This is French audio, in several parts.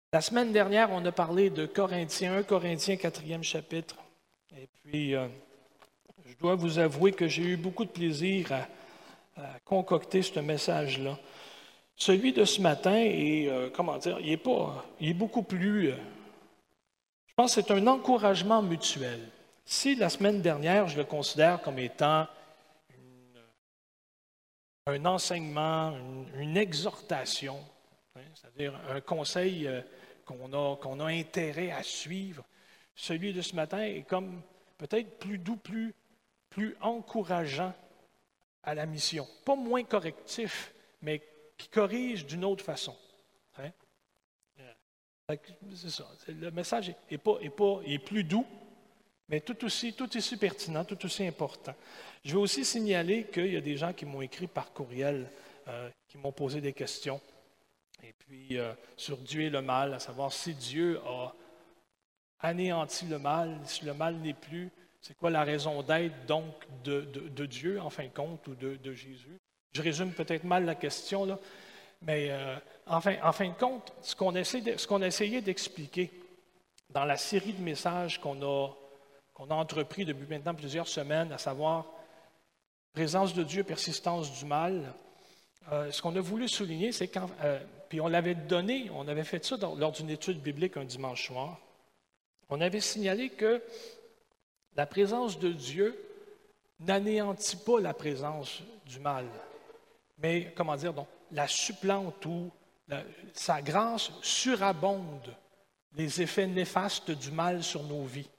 La semaine dernière, on a parlé de Corinthiens, 1 Corinthiens, 4e chapitre. Et puis, je dois vous avouer que j'ai eu beaucoup de plaisir à concocter ce message-là. Celui de ce matin est, il est beaucoup plus... je pense que c'est un encouragement mutuel. Si la semaine dernière, je le considère comme étant un enseignement, une exhortation, c'est-à-dire un conseil qu'on a intérêt à suivre, celui de ce matin est comme peut-être plus doux, plus encourageant à la mission. Pas moins correctif, mais qui corrige d'une autre façon. Hein? C'est ça. Le message est plus doux, mais tout aussi pertinent, tout aussi important. Je veux aussi signaler qu'il y a des gens qui m'ont écrit par courriel, qui m'ont posé des questions. Et puis, sur Dieu et le mal, à savoir si Dieu a anéanti le mal, si le mal n'est plus, c'est quoi la raison d'être donc de Dieu, en fin de compte, ou de Jésus? Je résume peut-être mal la question, là, mais en fin de compte, ce qu'on a essayé d'expliquer dans la série de messages qu'on a entrepris depuis maintenant plusieurs semaines, à savoir présence de Dieu, persistance du mal, ce qu'on a voulu souligner, c'est quand, puis on l'avait donné, on avait fait ça lors d'une étude biblique un dimanche soir, on avait signalé que la présence de Dieu n'anéantit pas la présence du mal, mais, donc, la supplante ou sa grâce surabonde les effets néfastes du mal sur nos vies.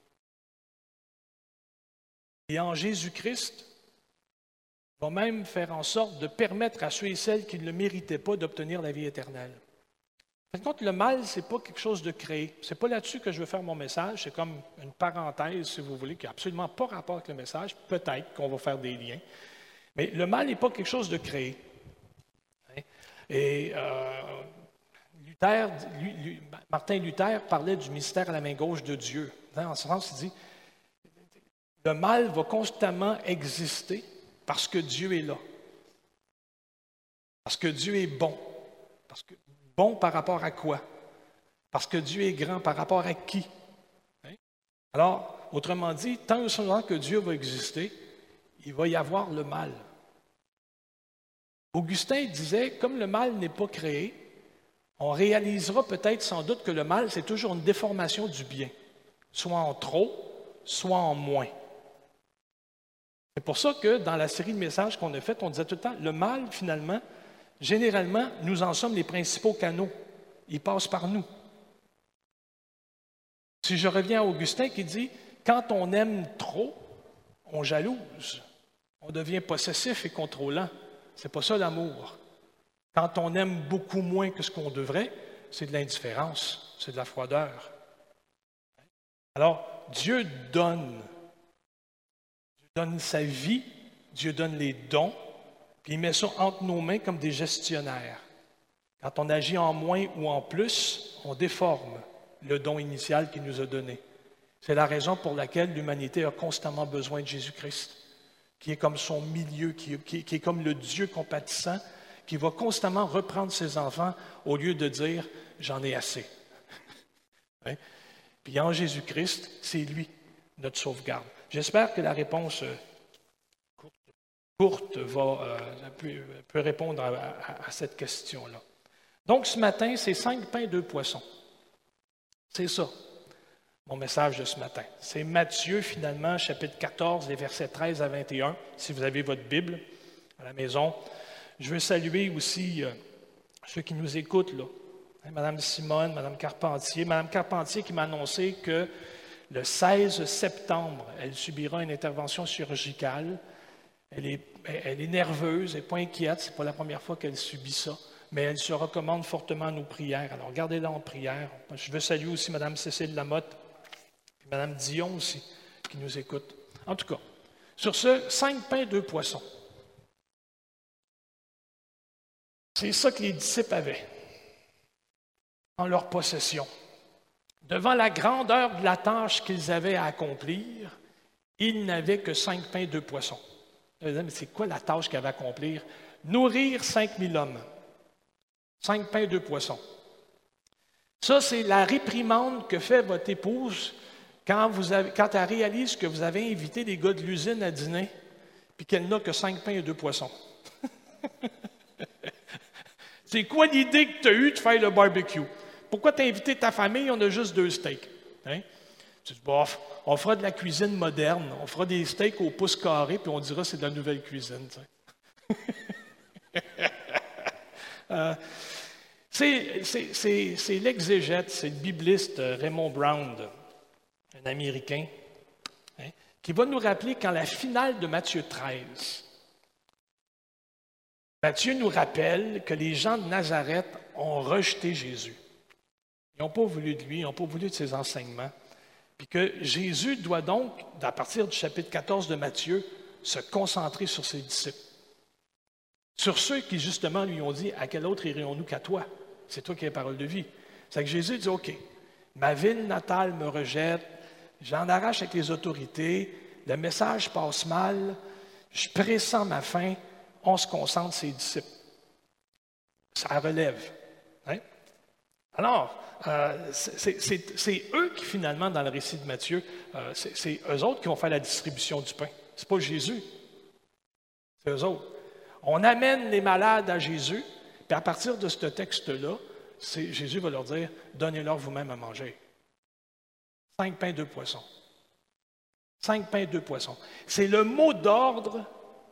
Et en Jésus-Christ, va même faire en sorte de permettre à ceux et celles qui ne le méritaient pas d'obtenir la vie éternelle. En fin de compte, le mal, ce n'est pas quelque chose de créé. Ce n'est pas là-dessus que je veux faire mon message. C'est comme une parenthèse, si vous voulez, qui n'a absolument pas rapport avec le message. Peut-être qu'on va faire des liens. Mais le mal n'est pas quelque chose de créé. Et Martin Luther parlait du mystère à la main gauche de Dieu. En ce sens, il dit, le mal va constamment exister parce que Dieu est là. Parce que Dieu est bon. Bon par rapport à quoi? Parce que Dieu est grand par rapport à qui? Alors, autrement dit, tant et seulement que Dieu va exister, il va y avoir le mal. Augustin disait, comme le mal n'est pas créé, on réalisera peut-être sans doute que le mal, c'est toujours une déformation du bien, soit en trop, soit en moins. C'est pour ça que dans la série de messages qu'on a faite, on disait tout le temps, le mal, finalement, généralement, nous en sommes les principaux canaux. Il passe par nous. Si je reviens à Augustin qui dit, quand on aime trop, on jalouse, on devient possessif et contrôlant. C'est pas ça l'amour. Quand on aime beaucoup moins que ce qu'on devrait, c'est de l'indifférence, c'est de la froideur. Alors, Dieu donne sa vie, Dieu donne les dons, puis il met ça entre nos mains comme des gestionnaires. Quand on agit en moins ou en plus, on déforme le don initial qu'il nous a donné. C'est la raison pour laquelle l'humanité a constamment besoin de Jésus-Christ, qui est comme son milieu, qui est comme le Dieu compatissant, qui va constamment reprendre ses enfants au lieu de dire « j'en ai assez ». Puis en Jésus-Christ, c'est lui, notre sauvegarde. J'espère que la réponse courte peut répondre à cette question-là. Donc, ce matin, c'est 5 pains, 2 poissons. C'est ça, mon message de ce matin. C'est Matthieu, finalement, chapitre 14, les versets 13 à 21, si vous avez votre Bible à la maison. Je veux saluer aussi ceux qui nous écoutent, là. Mme Simone, Mme Carpentier. Mme Carpentier qui m'a annoncé que le 16 septembre, elle subira une intervention chirurgicale. Elle est nerveuse, elle n'est pas inquiète, ce n'est pas la première fois qu'elle subit ça, mais elle se recommande fortement à nos prières. Alors, gardez-la en prière. Je veux saluer aussi Mme Cécile Lamotte et Mme Dion aussi, qui nous écoutent. En tout cas, sur ce, 5 pains, 2 poissons. C'est ça que les disciples avaient en leur possession. Devant la grandeur de la tâche qu'ils avaient à accomplir, ils n'avaient que 5 pains, 2 poissons. Mais c'est quoi la tâche qu'ils avaient à accomplir? Nourrir 5000 hommes. 5 pains, 2 poissons. Ça, c'est la réprimande que fait votre épouse quand elle réalise que vous avez invité les gars de l'usine à dîner puis qu'elle n'a que 5 pains et 2 poissons. C'est quoi l'idée que tu as eue de faire le barbecue? Pourquoi tu as invité ta famille, on a juste 2 steaks? Hein? Tu dis, bof, on fera de la cuisine moderne, on fera des steaks au pouce carré, puis on dira que c'est de la nouvelle cuisine. C'est l'exégète, c'est le bibliste Raymond Brown, un Américain, hein, qui va nous rappeler qu'en la finale de Matthieu 13, Matthieu nous rappelle que les gens de Nazareth ont rejeté Jésus. Ils n'ont pas voulu de lui, ils n'ont pas voulu de ses enseignements. Puis que Jésus doit donc, à partir du chapitre 14 de Matthieu, se concentrer sur ses disciples. Sur ceux qui, justement, lui ont dit « À quel autre irions-nous qu'à toi? C'est toi qui as la parole de vie. » C'est que Jésus dit « OK, ma ville natale me rejette, j'en arrache avec les autorités, le message passe mal, je pressens ma fin, on se concentre sur ses disciples. » Ça relève. Hein? Alors, c'est eux qui, finalement, dans le récit de Matthieu, c'est eux autres qui vont faire la distribution du pain. Ce n'est pas Jésus. C'est eux autres. On amène les malades à Jésus, puis à partir de ce texte-là, Jésus va leur dire « Donnez-leur vous-même à manger. » 5 pains, 2 poissons. 5 pains, 2 poissons. C'est le mot d'ordre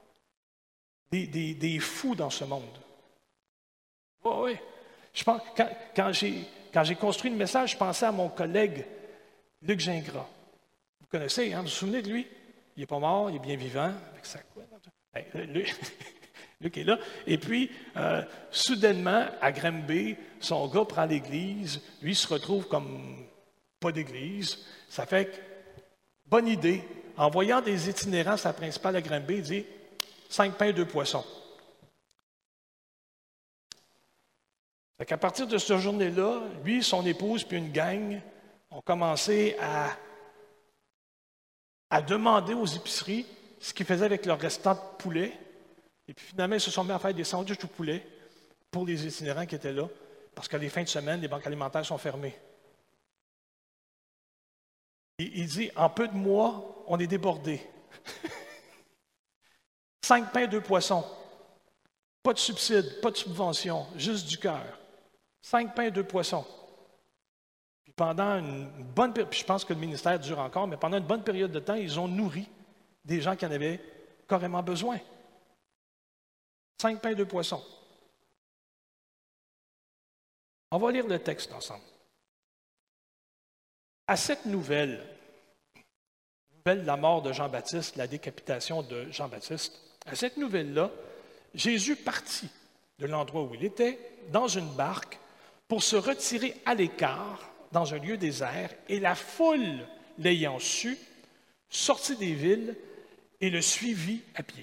des fous dans ce monde. Oh, oui. Je pense, quand j'ai construit le message, je pensais à mon collègue Luc Gingras. Vous connaissez, hein? Vous vous souvenez de lui? Il n'est pas mort, il est bien vivant, avec sa couenne. Luc est là. Et puis, soudainement, à Granby, son gars prend l'église. Lui se retrouve comme pas d'église. Ça fait que, bonne idée. En voyant des itinérants, sa principale à Granby, il dit 5 pains, 2 poissons. Fait qu'à partir de cette journée-là, lui, son épouse, puis une gang ont commencé à demander aux épiceries ce qu'ils faisaient avec leur restant de poulet. Et puis finalement, ils se sont mis à faire des sandwichs au poulet pour les itinérants qui étaient là, parce que les fins de semaine, les banques alimentaires sont fermées. Et il dit, en peu de mois, on est débordés. 5 pains, 2 poissons. Pas de subside, pas de subvention, juste du cœur. 5 pains, 2 poissons. Puis pendant une bonne période, puis je pense que le ministère dure encore, mais pendant une bonne période de temps, ils ont nourri des gens qui en avaient carrément besoin. 5 pains, 2 poissons. On va lire le texte ensemble. À cette nouvelle de la mort de Jean-Baptiste, la décapitation de Jean-Baptiste, à cette nouvelle-là, Jésus partit de l'endroit où il était, dans une barque, pour se retirer à l'écart, dans un lieu désert, et la foule, l'ayant su, sortit des villes et le suivit à pied.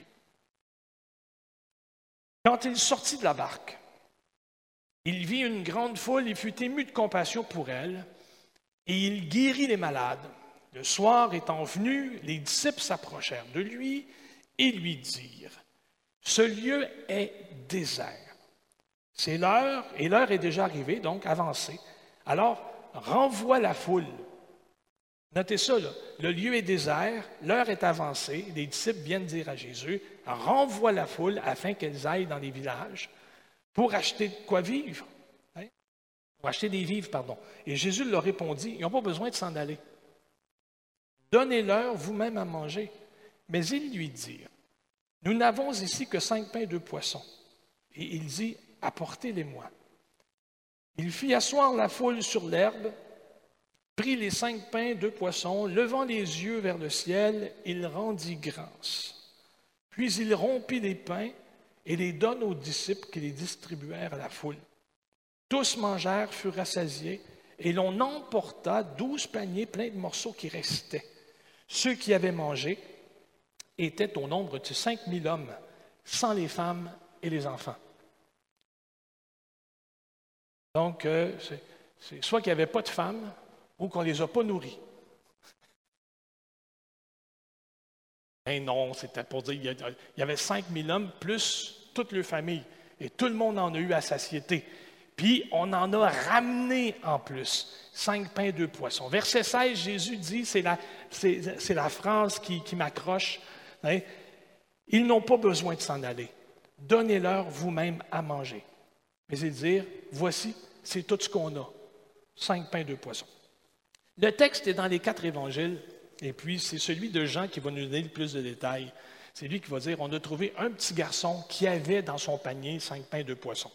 Quand il sortit de la barque, il vit une grande foule et fut ému de compassion pour elle, et il guérit les malades. Le soir étant venu, les disciples s'approchèrent de lui et lui dirent, « Ce lieu est désert. C'est l'heure, et l'heure est déjà arrivée, donc avancée. Alors, renvoie la foule. » Notez ça, là. Le lieu est désert, l'heure est avancée, les disciples viennent dire à Jésus, « Renvoie la foule afin qu'elles aillent dans les villages pour acheter de quoi vivre. » Hein? Pour acheter des vivres, pardon. Et Jésus leur répondit, « Ils n'ont pas besoin de s'en aller. Donnez-leur vous-même à manger. » Mais ils lui dirent, « Nous n'avons ici que 5 pains et 2 poissons. » Et il dit, « Apportez-les-moi. » Il fit asseoir la foule sur l'herbe, prit les 5 pains, 2 poissons, levant les yeux vers le ciel, il rendit grâce. Puis il rompit les pains et les donna aux disciples qui les distribuèrent à la foule. Tous mangèrent, furent rassasiés, et l'on emporta 12 paniers pleins de morceaux qui restaient. Ceux qui avaient mangé étaient au nombre de 5000 hommes, sans les femmes et les enfants. Donc, c'est soit qu'il n'y avait pas de femmes ou qu'on ne les a pas nourris. Mais non, c'était pour dire qu'il y avait 5000 hommes plus toute leur famille. Et tout le monde en a eu à satiété. Puis on en a ramené en plus. 5 pains, 2 poissons. Verset 16, Jésus dit, c'est la phrase qui m'accroche. Hein? Ils n'ont pas besoin de s'en aller. Donnez-leur vous-même à manger. Mais il dit, voici, c'est tout ce qu'on a. 5 pains, 2 poissons. Le texte est dans les 4 évangiles, et puis c'est celui de Jean qui va nous donner le plus de détails. C'est lui qui va dire, on a trouvé un petit garçon qui avait dans son panier 5 pains, 2 poissons.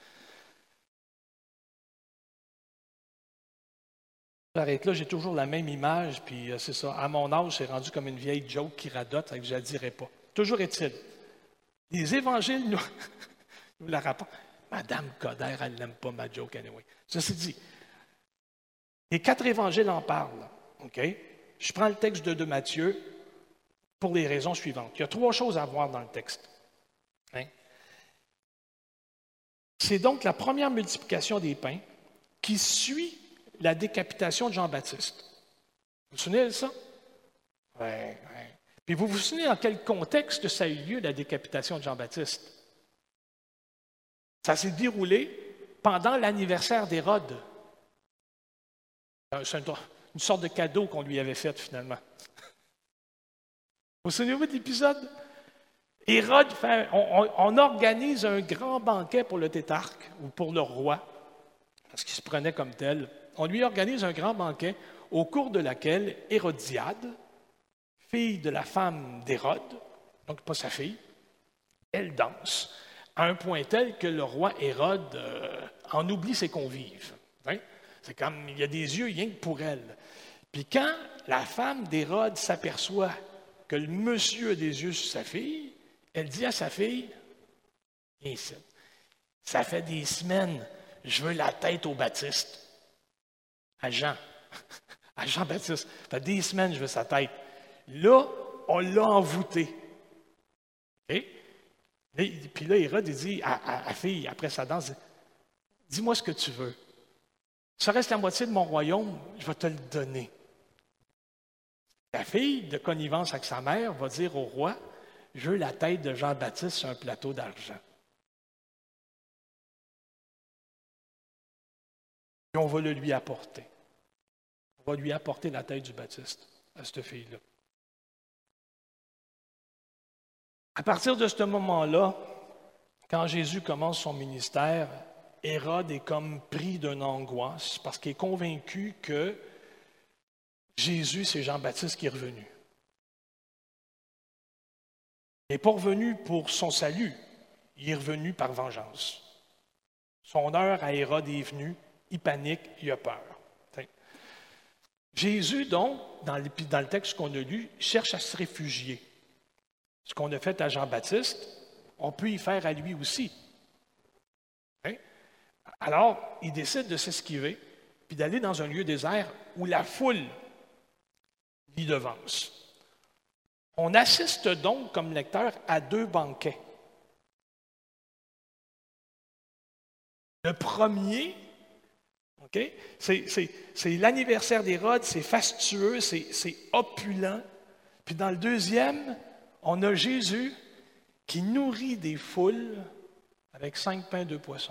J'arrête là, j'ai toujours la même image, puis c'est ça. À mon âge, c'est rendu comme une vieille joke qui radote, que je ne la dirai pas. Toujours est-il, les évangiles nous la rapportent. Madame Coder, elle n'aime pas ma joke anyway. Ceci dit, les 4 évangiles en parlent. OK? Je prends le texte de Matthieu pour les raisons suivantes. Il y a 3 choses à voir dans le texte. Hein? C'est donc la première multiplication des pains qui suit la décapitation de Jean-Baptiste. Vous vous souvenez de ça? Oui. Puis vous vous souvenez dans quel contexte ça a eu lieu, la décapitation de Jean-Baptiste? Ça s'est déroulé pendant l'anniversaire d'Hérode. C'est une sorte de cadeau qu'on lui avait fait finalement. Vous vous souvenez de l'épisode? Hérode, on organise un grand banquet pour le tétrarque ou pour le roi, parce qu'il se prenait comme tel. On lui organise un grand banquet au cours de laquelle Hérodiade, fille de la femme d'Hérode, donc pas sa fille, elle danse à un point tel que le roi Hérode en oublie ses convives. Hein? C'est comme, il y a des yeux rien que pour elle. Puis quand la femme d'Hérode s'aperçoit que le monsieur a des yeux sur sa fille, elle dit à sa fille, « Viens ici, ça fait des semaines, je veux la tête au Baptiste. » À Jean-Baptiste. Ça fait des semaines, je veux sa tête. Là, on l'a envoûté. Okay? Puis là, Hérode, il dit à la fille, après sa danse, « Dis-moi ce que tu veux. Ça reste la moitié de mon royaume, je vais te le donner. » La fille, de connivence avec sa mère, va dire au roi, « Je veux la tête de Jean-Baptiste sur un plateau d'argent. » Puis on va le lui apporter. On va lui apporter la tête du Baptiste à cette fille-là. À partir de ce moment-là, quand Jésus commence son ministère, Hérode est comme pris d'une angoisse parce qu'il est convaincu que Jésus, c'est Jean-Baptiste qui est revenu. Il n'est pas revenu pour son salut, il est revenu par vengeance. Son heure à Hérode est venue, il panique, il a peur. Jésus, donc, dans le texte qu'on a lu, cherche à se réfugier. Ce qu'on a fait à Jean-Baptiste, on peut y faire à lui aussi. Hein? Alors, il décide de s'esquiver, puis d'aller dans un lieu désert où la foule l'y devance. On assiste donc, comme lecteur, à 2 banquets. Le premier, okay, c'est l'anniversaire d'Hérode, c'est fastueux, c'est opulent. Puis dans le deuxième, on a Jésus qui nourrit des foules avec 5 pains, 2 poissons.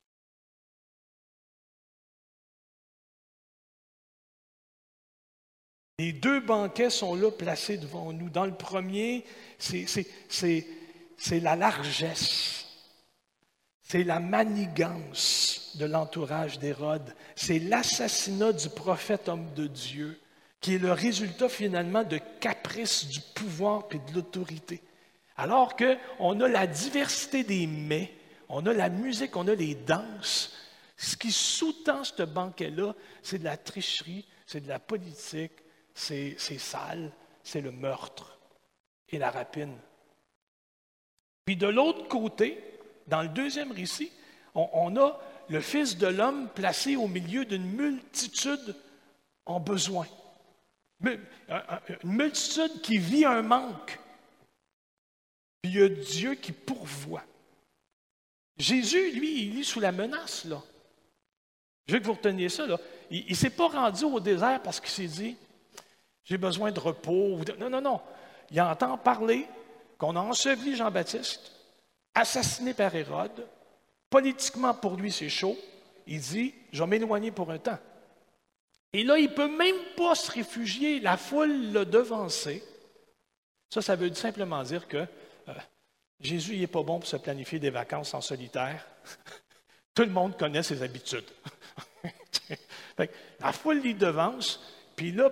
Les 2 banquets sont là placés devant nous. Dans le premier, c'est la largesse, c'est la manigance de l'entourage d'Hérode, c'est l'assassinat du prophète homme de Dieu, qui est le résultat finalement de caprices du pouvoir et de l'autorité. Alors qu'on a la diversité des mets, on a la musique, on a les danses, ce qui sous-tend ce banquet-là, c'est de la tricherie, c'est de la politique, c'est sale, c'est le meurtre et la rapine. Puis de l'autre côté, dans le deuxième récit, on a le Fils de l'homme placé au milieu d'une multitude en besoin. Une multitude qui vit un manque. Puis il y a Dieu qui pourvoit. Jésus, lui, il est sous la menace, là. Je veux que vous reteniez ça, là. Il ne s'est pas rendu au désert parce qu'il s'est dit « J'ai besoin de repos. » Non. Il entend parler qu'on a enseveli Jean-Baptiste, assassiné par Hérode. Politiquement, pour lui, c'est chaud. il dit, je vais m'éloigner pour un temps. Et là, il ne peut même pas se réfugier. La foule l'a devancé. Ça veut simplement dire que Jésus n'est pas bon pour se planifier des vacances en solitaire. Tout le monde connaît ses habitudes. Fait que la foule l'y devance, puis là,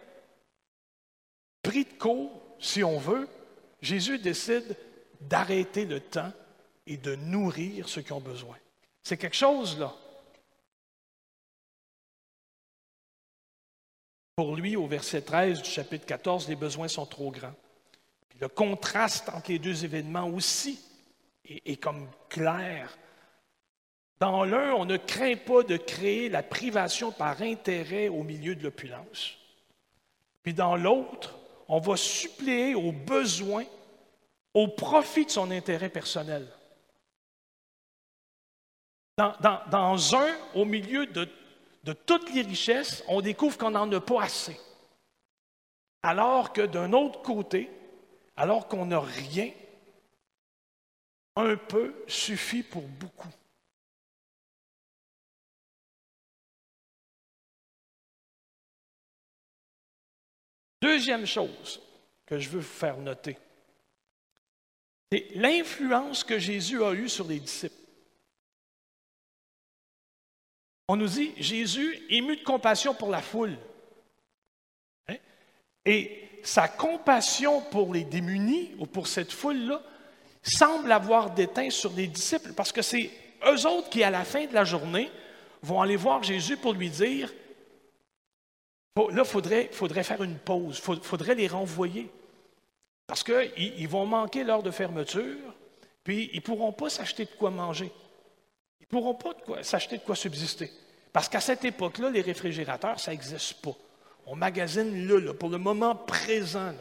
pris de court, si on veut, Jésus décide d'arrêter le temps et de nourrir ceux qui ont besoin. C'est quelque chose, là. Pour lui, au verset 13 du chapitre 14, les besoins sont trop grands. Puis le contraste entre les deux événements aussi est comme clair. Dans l'un, on ne craint pas de créer la privation par intérêt au milieu de l'opulence. Puis dans l'autre, on va suppléer aux besoins au profit de son intérêt personnel. Dans un, au milieu de toutes les richesses, on découvre qu'on n'en a pas assez. Alors que d'un autre côté, alors qu'on n'a rien, un peu suffit pour beaucoup. Deuxième chose que je veux vous faire noter, c'est l'influence que Jésus a eue sur les disciples. On nous dit, Jésus, ému de compassion pour la foule. Hein? Et sa compassion pour les démunis, ou pour cette foule-là, semble avoir déteint sur les disciples, parce que c'est eux autres qui, à la fin de la journée, vont aller voir Jésus pour lui dire, là, il faudrait faire une pause, il faudrait les renvoyer, parce qu'ils vont manquer l'heure de fermeture, puis ils ne pourront pas s'acheter de quoi manger. Ils ne pourront pas s'acheter de quoi subsister. Parce qu'à cette époque-là, les réfrigérateurs, ça n'existe pas. On magasine là, pour le moment présent. Là.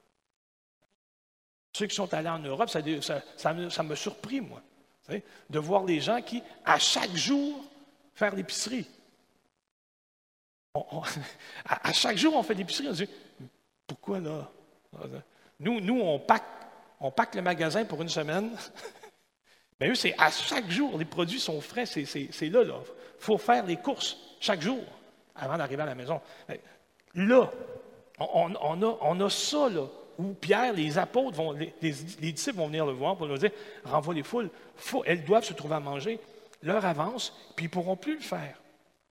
Ceux qui sont allés en Europe, ça m'a surpris, moi, de voir les gens qui, à chaque jour, faire l'épicerie. À chaque jour, on fait l'épicerie. On se dit, pourquoi là? Nous on pack le magasin pour une semaine. Mais eux, c'est à chaque jour, les produits sont frais, c'est là. Il faut faire les courses chaque jour avant d'arriver à la maison. Là, on a ça, là, où Pierre, les apôtres, les disciples vont venir le voir pour nous dire, renvoie les foules, elles doivent se trouver à manger. L'heure avance, puis ils ne pourront plus le faire.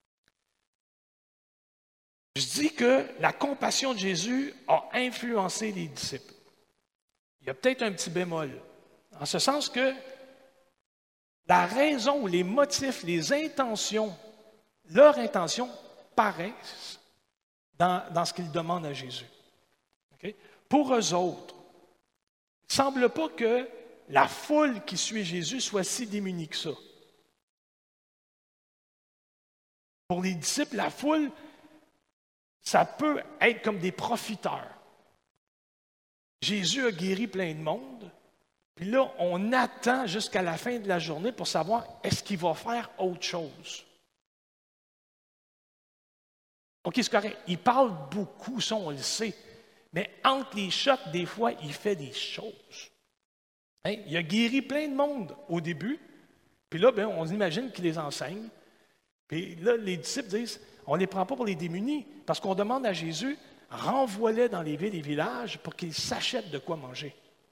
Je dis que la compassion de Jésus a influencé les disciples. Il y a peut-être un petit bémol, en ce sens que la raison ou les motifs, les intentions, leurs intentions paraissent dans ce qu'ils demandent à Jésus. Okay? Pour eux autres, il ne semble pas que la foule qui suit Jésus soit si démunie que ça. Pour les disciples, la foule, ça peut être comme des profiteurs. Jésus a guéri plein de monde. Puis là, on attend jusqu'à la fin de la journée pour savoir est-ce qu'il va faire autre chose. OK, c'est correct. Il parle beaucoup, ça, on le sait. Mais entre les chocs, des fois, il fait des choses. Hein? Il a guéri plein de monde au début. Puis là, on imagine qu'il les enseigne. Puis là, les disciples disent, on ne les prend pas pour les démunis, parce qu'on demande à Jésus, renvoie-les dans les villes et villages pour qu'ils s'achètent de quoi manger.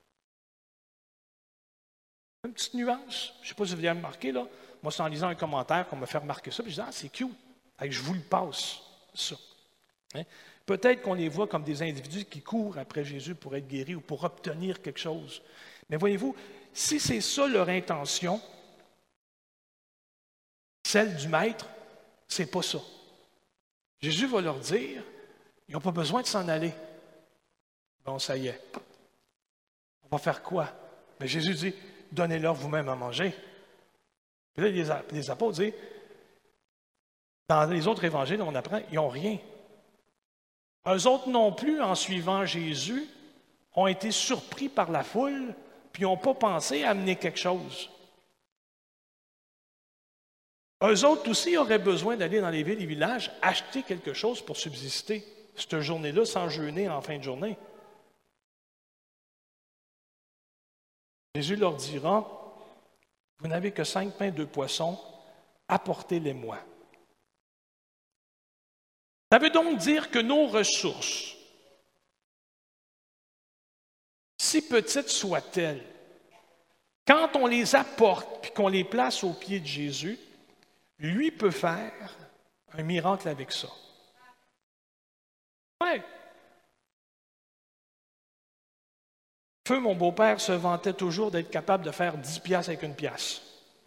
Une petite nuance. Je ne sais pas si vous avez remarqué, là. Moi, c'est en lisant un commentaire qu'on m'a fait remarquer ça, puis je dis, c'est cute. Je vous le passe, ça. Hein? Peut-être qu'on les voit comme des individus qui courent après Jésus pour être guéris ou pour obtenir quelque chose. Mais voyez-vous, si c'est ça leur intention, celle du maître, c'est pas ça. Jésus va leur dire, ils n'ont pas besoin de s'en aller. Bon, ça y est. On va faire quoi? Mais Jésus dit, donnez-leur vous-même à manger. Puis là, les apôtres disent, dans les autres évangiles, on apprend, ils n'ont rien. Eux autres non plus, en suivant Jésus, ont été surpris par la foule, puis n'ont pas pensé à amener quelque chose. Eux autres aussi auraient besoin d'aller dans les villes et villages, acheter quelque chose pour subsister cette journée-là sans jeûner en fin de journée. Jésus leur dira, vous n'avez que 5 pains, 2 poissons, apportez-les-moi. Ça veut donc dire que nos ressources, si petites soient-elles, quand on les apporte et qu'on les place aux pieds de Jésus, lui peut faire un miracle avec ça. Oui. Feu, mon beau-père, se vantait toujours d'être capable de faire 10 piastres avec une pièce.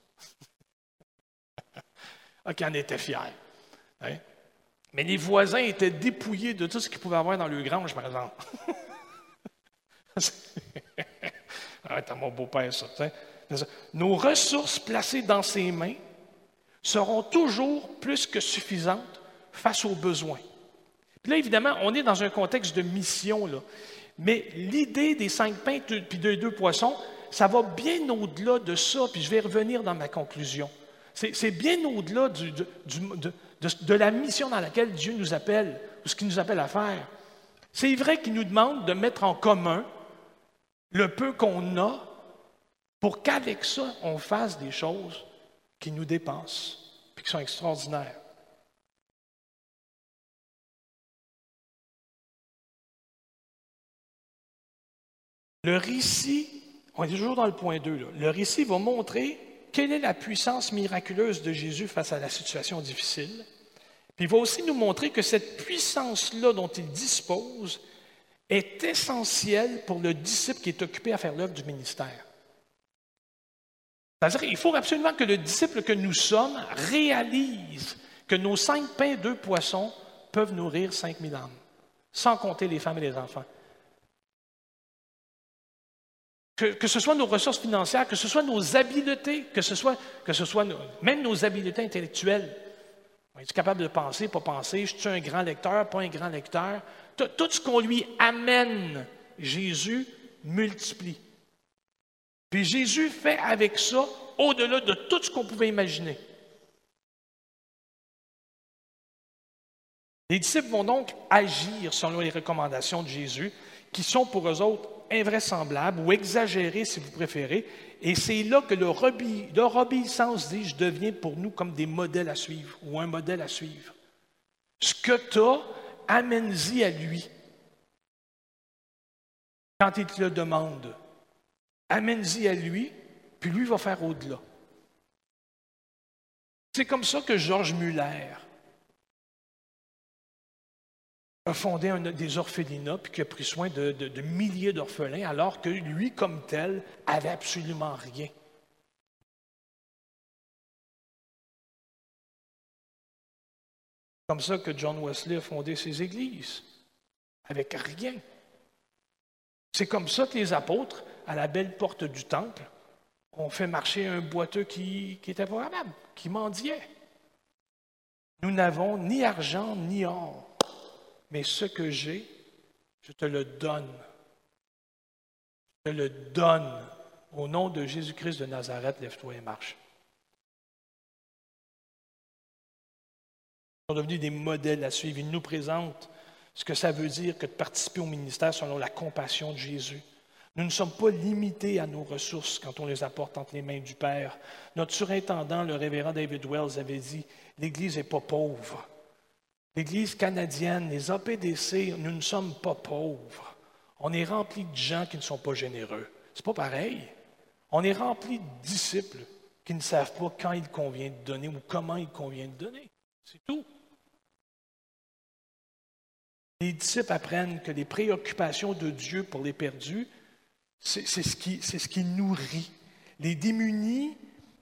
Il en était fier. Hein? Mais les voisins étaient dépouillés de tout ce qu'ils pouvaient avoir dans leur grange, par exemple. C'est mon beau-père, ça. Nos ressources placées dans ses mains seront toujours plus que suffisantes face aux besoins. Puis là, évidemment, on est dans un contexte de mission, là. Mais l'idée des 5 pains et des 2 poissons, ça va bien au-delà de ça, puis je vais revenir dans ma conclusion. C'est bien au-delà de la mission dans laquelle Dieu nous appelle, ou ce qu'il nous appelle à faire. C'est vrai qu'il nous demande de mettre en commun le peu qu'on a pour qu'avec ça, on fasse des choses qui nous dépassent et qui sont extraordinaires. Le récit, on est toujours dans le point 2, là. Le récit va montrer quelle est la puissance miraculeuse de Jésus face à la situation difficile. Puis il va aussi nous montrer que cette puissance-là dont il dispose est essentielle pour le disciple qui est occupé à faire l'œuvre du ministère. C'est-à-dire qu'il faut absolument que le disciple que nous sommes réalise que nos 5 pains et 2 poissons peuvent nourrir 5000 âmes, sans compter les femmes et les enfants. Que ce soit nos ressources financières, que ce soit nos habiletés, que ce soit même nos habiletés intellectuelles. On est capable de penser, pas penser? Je suis un grand lecteur, pas un grand lecteur? Tout ce qu'on lui amène, Jésus multiplie. Puis Jésus fait avec ça au-delà de tout ce qu'on pouvait imaginer. Les disciples vont donc agir selon les recommandations de Jésus, qui sont pour eux autres invraisemblables ou exagérées, si vous préférez. Et c'est là que leur obéissance dit, je deviens pour nous comme des modèles à suivre ou un modèle à suivre. Ce que tu as, amène-y à lui. Quand il te le demande, amène-y à lui, puis lui va faire au-delà. C'est comme ça que Georges Muller a fondé des orphelinats puis qui a pris soin de milliers d'orphelins, alors que lui, comme tel, avait absolument rien. Comme ça que John Wesley a fondé ses églises, avec rien. C'est comme ça que les apôtres, à la belle porte du temple, ont fait marcher un boiteux qui était pas capable, qui mendiait. Nous n'avons ni argent ni or, mais ce que j'ai, je te le donne. Je te le donne. Au nom de Jésus-Christ de Nazareth, lève-toi et marche. Ils sont devenus des modèles à suivre. Ils nous présentent ce que ça veut dire que de participer au ministère selon la compassion de Jésus. Nous ne sommes pas limités à nos ressources quand on les apporte entre les mains du Père. Notre surintendant, le révérend David Wells, avait dit « L'Église n'est pas pauvre. L'Église canadienne, les APDC, nous ne sommes pas pauvres. On est rempli de gens qui ne sont pas généreux. C'est pas pareil. On est rempli de disciples qui ne savent pas quand il convient de donner ou comment il convient de donner. C'est tout. Les disciples apprennent que les préoccupations de Dieu pour les perdus, c'est ce qui nourrit. Les démunis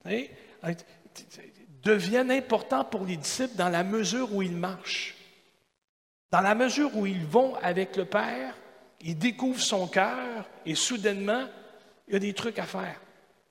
deviennent importants pour les disciples dans la mesure où ils marchent. Dans la mesure où ils vont avec le Père, ils découvrent son cœur et soudainement, il y a des trucs à faire.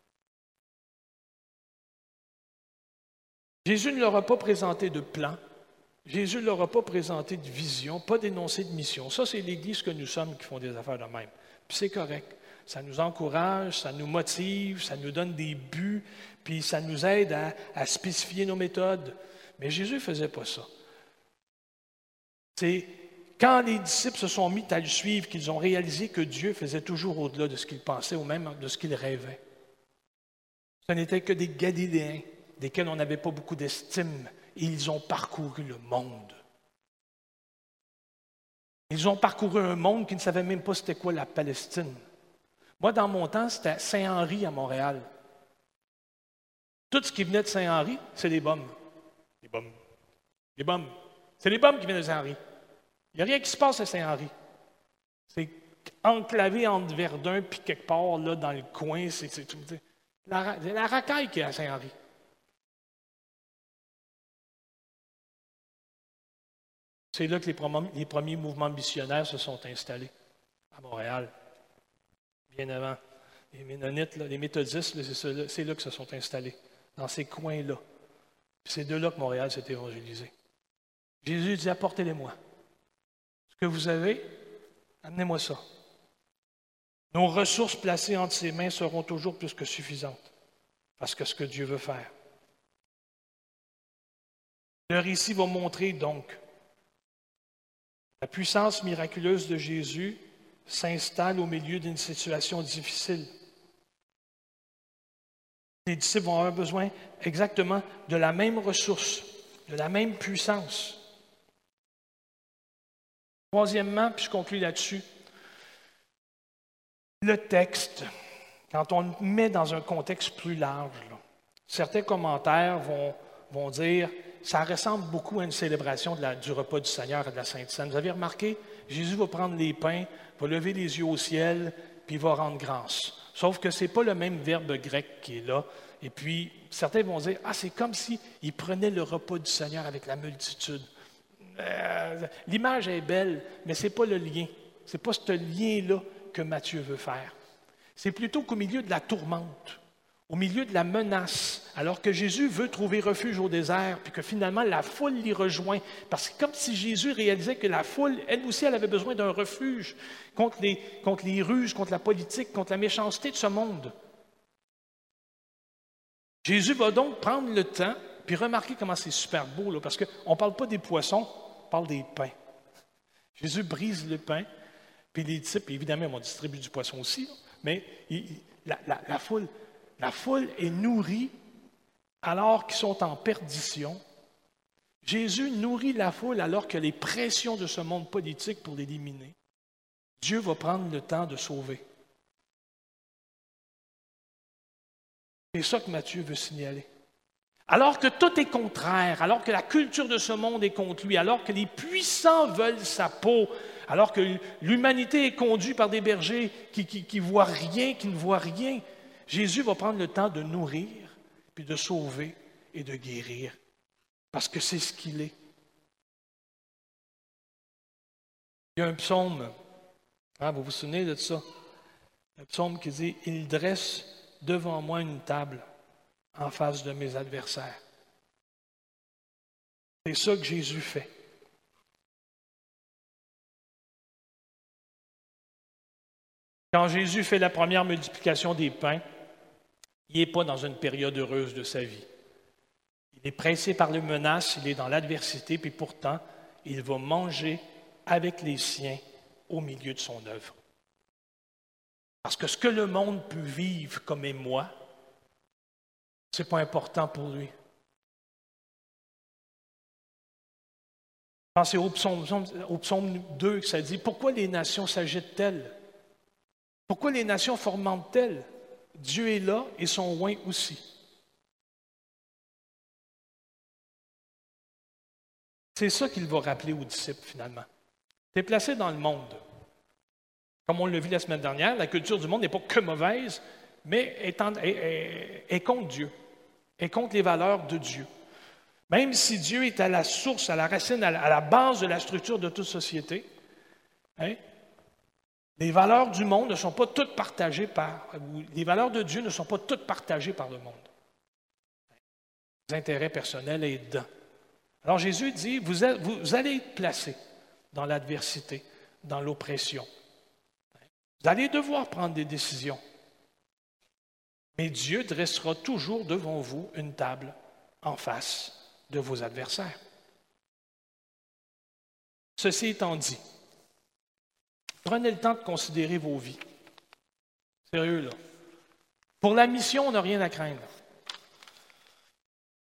Jésus ne leur a pas présenté de plan. Jésus ne leur a pas présenté de vision, pas d'énoncé de mission. Ça, c'est l'Église que nous sommes qui font des affaires de même. Puis c'est correct. Ça nous encourage, ça nous motive, ça nous donne des buts, puis ça nous aide à spécifier nos méthodes. Mais Jésus ne faisait pas ça. C'est quand les disciples se sont mis à le suivre qu'ils ont réalisé que Dieu faisait toujours au-delà de ce qu'ils pensaient ou même de ce qu'ils rêvaient. Ce n'étaient que des Galiléens. desquels on n'avait pas beaucoup d'estime, et ils ont parcouru le monde. Ils ont parcouru un monde qui ne savait même pas c'était quoi la Palestine. Moi, dans mon temps, c'était Saint-Henri à Montréal. Tout ce qui venait de Saint-Henri, c'est des bombes. Des bombes. Des bombes. C'est les bombes qui viennent de Saint-Henri. Il n'y a rien qui se passe à Saint-Henri. C'est enclavé entre Verdun puis quelque part là, dans le coin. C'est la racaille qui est à Saint-Henri. C'est là que les premiers mouvements missionnaires se sont installés, à Montréal. Bien avant. Les Ménonites, là, les Méthodistes, là, c'est là que se sont installés, dans ces coins-là. Puis c'est de là que Montréal s'est évangélisé. Jésus dit, apportez-les-moi. Ce que vous avez, amenez-moi ça. Nos ressources placées entre ses mains seront toujours plus que suffisantes, parce que ce que Dieu veut faire. Le récit va montrer donc la puissance miraculeuse de Jésus s'installe au milieu d'une situation difficile. Les disciples vont avoir besoin exactement de la même ressource, de la même puissance. Troisièmement, puis je conclue là-dessus, le texte, quand on le met dans un contexte plus large, là, certains commentaires vont dire ça ressemble beaucoup à une célébration du repas du Seigneur et de la Sainte Seine. Vous avez remarqué, Jésus va prendre les pains, va lever les yeux au ciel, puis il va rendre grâce. Sauf que ce n'est pas le même verbe grec qui est là. Et puis, certains vont dire, c'est comme s'il prenait le repas du Seigneur avec la multitude. L'image est belle, mais ce n'est pas le lien. Ce n'est pas ce lien-là que Matthieu veut faire. C'est plutôt qu'au milieu de la tourmente, au milieu de la menace, alors que Jésus veut trouver refuge au désert, puis que finalement la foule l'y rejoint, parce que comme si Jésus réalisait que la foule, elle aussi, elle avait besoin d'un refuge contre les ruses, contre la politique, contre la méchanceté de ce monde. Jésus va donc prendre le temps, puis remarquez comment c'est super beau, là, parce qu'on ne parle pas des poissons, on parle des pains. Jésus brise le pain, puis les disciples, évidemment, ils vont distribuer du poisson aussi, là, mais la foule est nourrie alors qu'ils sont en perdition. Jésus nourrit la foule alors que les pressions de ce monde politique pour l'éliminer. Dieu va prendre le temps de sauver. C'est ça que Matthieu veut signaler. Alors que tout est contraire, alors que la culture de ce monde est contre lui, alors que les puissants veulent sa peau, alors que l'humanité est conduite par des bergers qui voient rien, qui ne voient rien, Jésus va prendre le temps de nourrir, puis de sauver et de guérir, parce que c'est ce qu'il est. Il y a un psaume, vous vous souvenez de ça? Un psaume qui dit « Il dresse devant moi une table en face de mes adversaires. » C'est ça que Jésus fait. Quand Jésus fait la première multiplication des pains, il n'est pas dans une période heureuse de sa vie. Il est pressé par les menaces, il est dans l'adversité, puis pourtant, il va manger avec les siens au milieu de son œuvre. Parce que ce que le monde peut vivre comme émoi, ce n'est pas important pour lui. Pensez au psaume 2, que ça dit « Pourquoi les nations s'agitent-elles? Pourquoi les nations fourmentent-elles? Dieu est là et son oint aussi. » C'est ça qu'il va rappeler aux disciples, finalement. Tu es placé dans le monde. Comme on l'a vu la semaine dernière, la culture du monde n'est pas que mauvaise, mais est contre Dieu, est contre les valeurs de Dieu. Même si Dieu est à la source, à la racine, à la base de la structure de toute société, les valeurs du monde ne sont pas toutes partagées les valeurs de Dieu ne sont pas toutes partagées par le monde. Les intérêts personnels est dedans. Alors Jésus dit, vous allez être placés dans l'adversité, dans l'oppression. Vous allez devoir prendre des décisions. Mais Dieu dressera toujours devant vous une table en face de vos adversaires. Ceci étant dit, prenez le temps de considérer vos vies. Sérieux, là. Pour la mission, on n'a rien à craindre.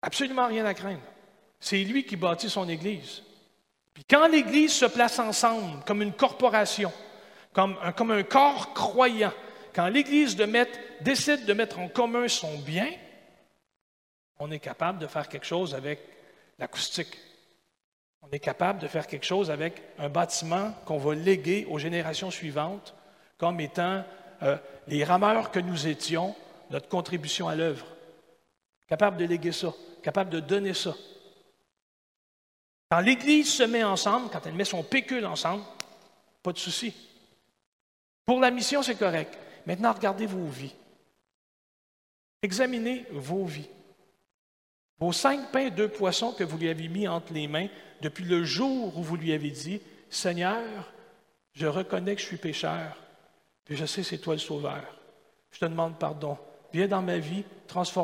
Absolument rien à craindre. C'est lui qui bâtit son Église. Puis quand l'Église se place ensemble comme une corporation, comme un corps croyant, quand l'Église décide de mettre en commun son bien, on est capable de faire quelque chose avec l'acoustique. On est capable de faire quelque chose avec un bâtiment qu'on va léguer aux générations suivantes comme étant les rameurs que nous étions, notre contribution à l'œuvre. Capable de léguer ça, capable de donner ça. Quand l'Église se met ensemble, quand elle met son pécule ensemble, pas de souci. Pour la mission, c'est correct. Maintenant, regardez vos vies. Examinez vos vies. Vos 5 pains et 2 poissons que vous lui avez mis entre les mains depuis le jour où vous lui avez dit « Seigneur, je reconnais que je suis pécheur, puis je sais que c'est toi le Sauveur. Je te demande pardon. Viens dans ma vie, transforme-moi. »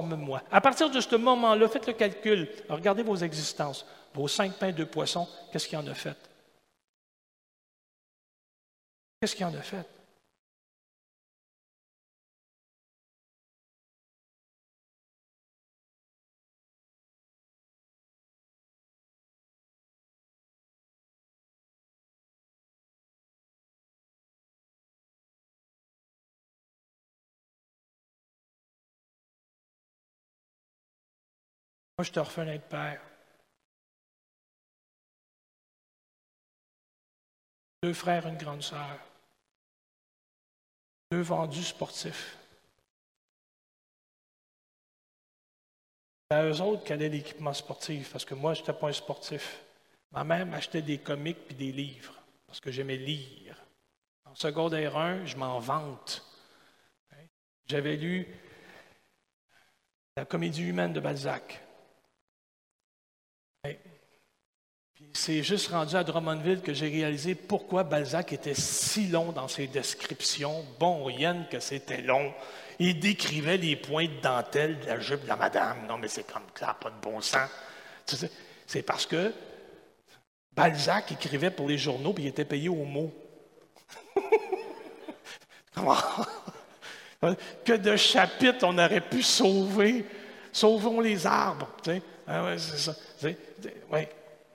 À partir de ce moment-là, faites le calcul. Regardez vos existences. Vos 5 pains et 2 poissons, qu'est-ce qu'il en a fait? Qu'est-ce qu'il en a fait? Moi, je te refais un père. 2 frères, une grande sœur. 2 vendus sportifs. C'est à eux autres qu'allait l'équipement sportif, parce que moi, je n'étais pas un sportif. Ma mère m'achetait des comics et des livres, parce que j'aimais lire. En secondaire 1, je m'en vante. J'avais lu La Comédie humaine de Balzac. Puis c'est juste rendu à Drummondville que j'ai réalisé pourquoi Balzac était si long dans ses descriptions. Bon, rien que c'était long. Il décrivait les points de dentelle de la jupe de la madame. Non, mais c'est comme ça, pas de bon sens. Tu sais, c'est parce que Balzac écrivait pour les journaux puis il était payé au mot. Que de chapitres on aurait pu sauver. Sauvons les arbres. Tu sais. Ah ouais, c'est ça. Ouais.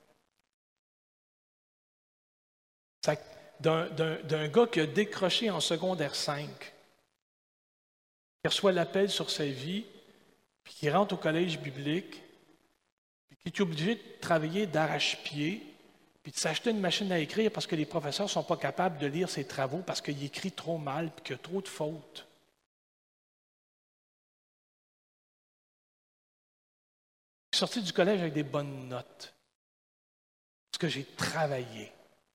D'un gars qui a décroché en secondaire 5, qui reçoit l'appel sur sa vie, puis qui rentre au collège biblique, puis qui est obligé de travailler d'arrache-pied, puis de s'acheter une machine à écrire parce que les professeurs ne sont pas capables de lire ses travaux parce qu'il écrit trop mal et qu'il y a trop de fautes. Je suis sorti du collège avec des bonnes notes parce que j'ai travaillé.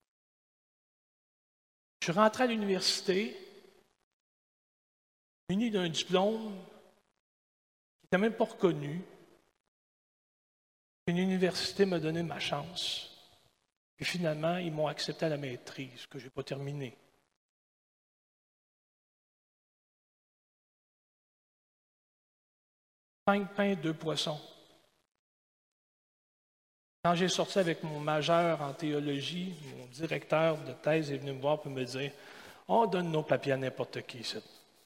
Je suis rentré à l'université, muni d'un diplôme qui n'était même pas reconnu. Une université m'a donné ma chance. Et finalement, ils m'ont accepté à la maîtrise, que je n'ai pas terminée. « 5 pains, 2 poissons. Quand j'ai sorti avec mon majeur en théologie, mon directeur de thèse est venu me voir pour me dire « On donne nos papiers à n'importe qui, ça. »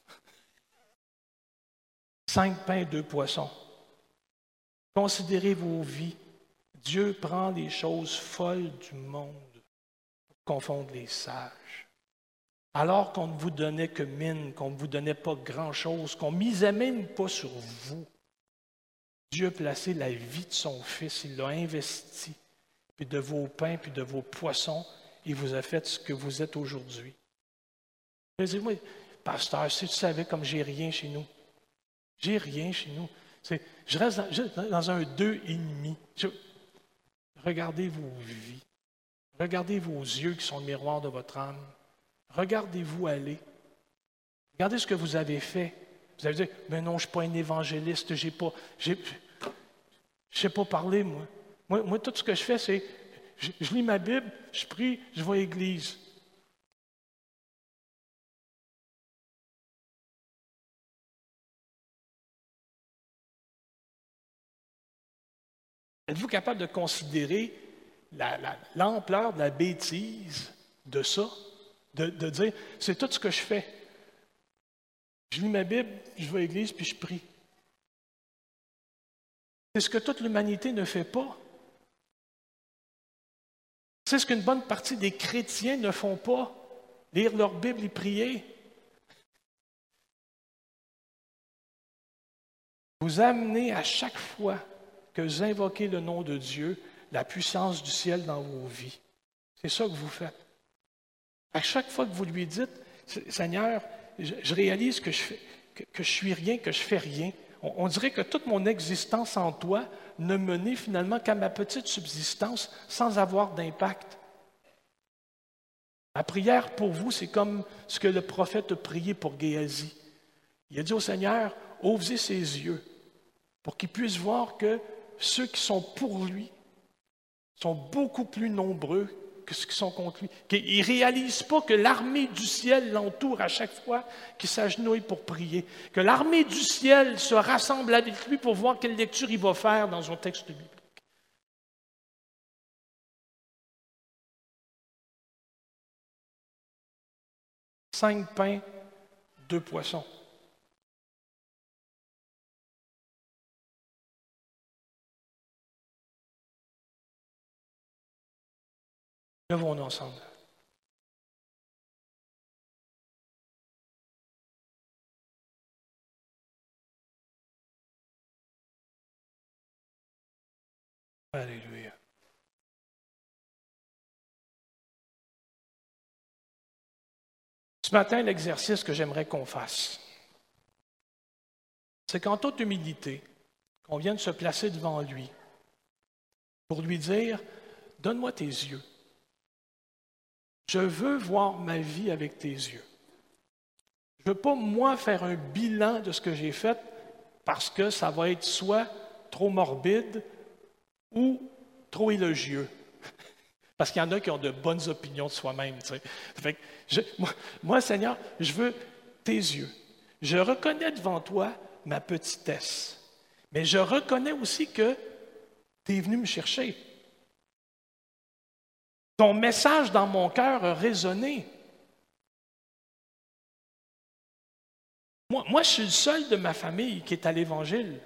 5 pains, 2 poissons. Considérez vos vies. Dieu prend les choses folles du monde pour confondre les sages. Alors qu'on ne vous donnait que mine, qu'on ne vous donnait pas grand-chose, qu'on ne misait même pas sur vous, Dieu a placé la vie de son Fils, il l'a investi, puis de vos pains, puis de vos poissons, il vous a fait ce que vous êtes aujourd'hui. Je dis, moi, pasteur, si tu savais comme j'ai rien chez nous, j'ai rien chez nous. Je reste dans un 2,5. Regardez vos vies. Regardez vos yeux qui sont le miroir de votre âme. Regardez-vous aller. Regardez ce que vous avez fait. Vous avez dit, mais non, je ne suis pas un évangéliste, je ne sais pas parler, moi. Moi, tout ce que je fais, c'est, je lis ma Bible, je prie, je vais à l'église. Êtes-vous capable de considérer l'ampleur de la bêtise de ça? De dire, c'est tout ce que je fais. Je lis ma Bible, je vais à l'église, puis je prie. C'est ce que toute l'humanité ne fait pas. C'est ce qu'une bonne partie des chrétiens ne font pas, lire leur Bible et prier. Vous amenez à chaque fois que vous invoquez le nom de Dieu, la puissance du ciel dans vos vies. C'est ça que vous faites. À chaque fois que vous lui dites, Seigneur, je réalise que je suis rien, que je fais rien. On dirait que toute mon existence en toi ne menait finalement qu'à ma petite subsistance sans avoir d'impact. Ma prière pour vous, c'est comme ce que le prophète a prié pour Géasi. Il a dit au Seigneur, ouvrez ses yeux pour qu'il puisse voir que ceux qui sont pour lui sont beaucoup plus nombreux que ceux qui sont contre lui. Qu'il ne réalise pas que l'armée du ciel l'entoure à chaque fois qu'il s'agenouille pour prier. Que l'armée du ciel se rassemble avec lui pour voir quelle lecture il va faire dans un texte biblique. 5 pains, 2 poissons. Levons-nous ensemble. Alléluia. Ce matin, l'exercice que j'aimerais qu'on fasse, c'est qu'en toute humilité, qu'on vienne se placer devant lui pour lui dire, donne-moi tes yeux. Je veux voir ma vie avec tes yeux. Je ne veux pas, moi, faire un bilan de ce que j'ai fait parce que ça va être soit trop morbide ou trop élogieux. Parce qu'il y en a qui ont de bonnes opinions de soi-même. Tu sais. Fait que moi, Seigneur, je veux tes yeux. Je reconnais devant toi ma petitesse. Mais je reconnais aussi que tu es venu me chercher. Ton message dans mon cœur a résonné. Moi, je suis le seul de ma famille qui est à l'Évangile.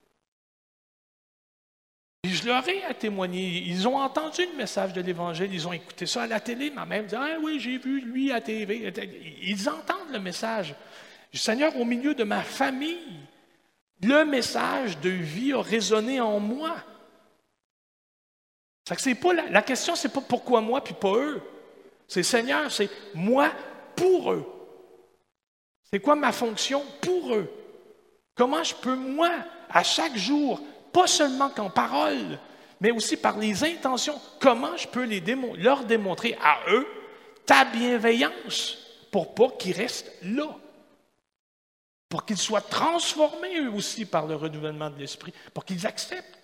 Et je leur ai à témoigner. Ils ont entendu le message de l'Évangile, ils ont écouté ça à la télé. Ma mère me dit, ah oui, j'ai vu lui à la TV. Ils entendent le message. Seigneur, au milieu de ma famille, le message de vie a résonné en moi. C'est pas la question, c'est pas pourquoi moi puis pas eux. C'est Seigneur, c'est moi pour eux. C'est quoi ma fonction pour eux? Comment je peux, moi, à chaque jour, pas seulement qu'en parole, mais aussi par les intentions, comment je peux leur démontrer à eux ta bienveillance pour pas qu'ils restent là? Pour qu'ils soient transformés eux aussi par le renouvellement de l'esprit, pour qu'ils acceptent.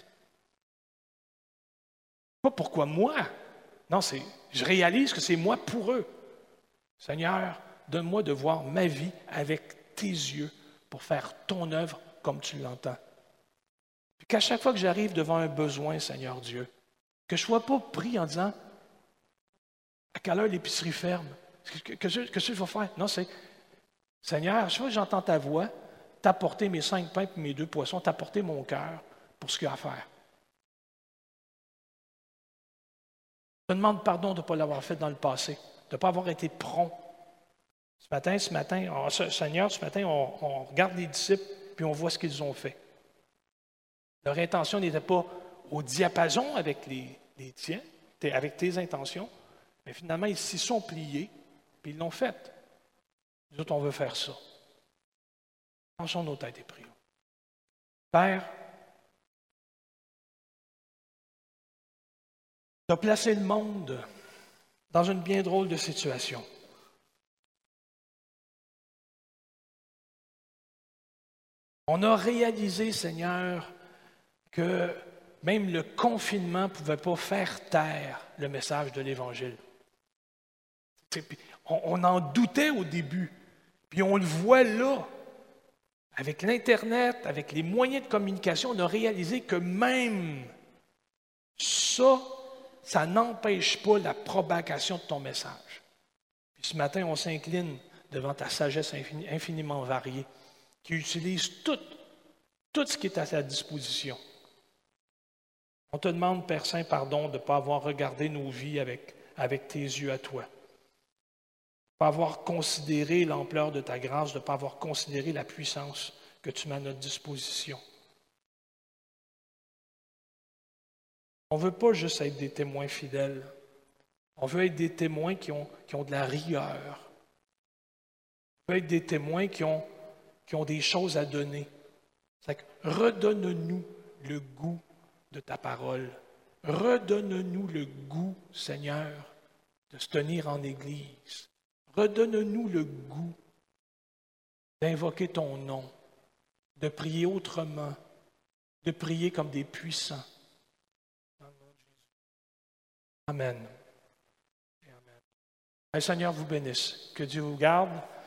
Pas pourquoi moi. Non, je réalise que c'est moi pour eux. Seigneur, donne-moi de voir ma vie avec tes yeux pour faire ton œuvre comme tu l'entends. Puis qu'à chaque fois que j'arrive devant un besoin, Seigneur Dieu, que je ne sois pas pris en disant à quelle heure l'épicerie ferme? Que je vais faire? Non, c'est Seigneur, à chaque fois que j'entends ta voix, t'apporter mes 5 pains et mes 2 poissons, t'apporter mon cœur pour ce qu'il y a à faire. Je te demande pardon de ne pas l'avoir fait dans le passé, de ne pas avoir été prompt. Seigneur, ce matin, on regarde les disciples puis on voit ce qu'ils ont fait. Leur intention n'était pas au diapason avec les tiens, avec tes intentions, mais finalement, ils s'y sont pliés puis ils l'ont fait. Nous autres, on veut faire ça. Penchons nos têtes et prions. Père, tu as placé le monde dans une bien drôle de situation. On a réalisé, Seigneur, que même le confinement ne pouvait pas faire taire le message de l'Évangile. On en doutait au début, puis on le voit là. Avec l'Internet, avec les moyens de communication, on a réalisé que même ça n'empêche pas la propagation de ton message. Puis ce matin, on s'incline devant ta sagesse infiniment variée, qui utilise tout ce qui est à sa disposition On te demande, Père Saint, pardon de ne pas avoir regardé nos vies avec tes yeux à toi. De ne pas avoir considéré l'ampleur de ta grâce, de ne pas avoir considéré la puissance que tu mets à notre disposition. On ne veut pas juste être des témoins fidèles. On veut être des témoins qui ont de la rigueur. On veut être des témoins qui ont des choses à donner. Redonne-nous le goût de ta parole. Redonne-nous le goût, Seigneur, de se tenir en Église. Redonne-nous le goût d'invoquer ton nom, de prier autrement, de prier comme des puissants. Amen. Amen. Le Seigneur vous bénisse. Que Dieu vous garde.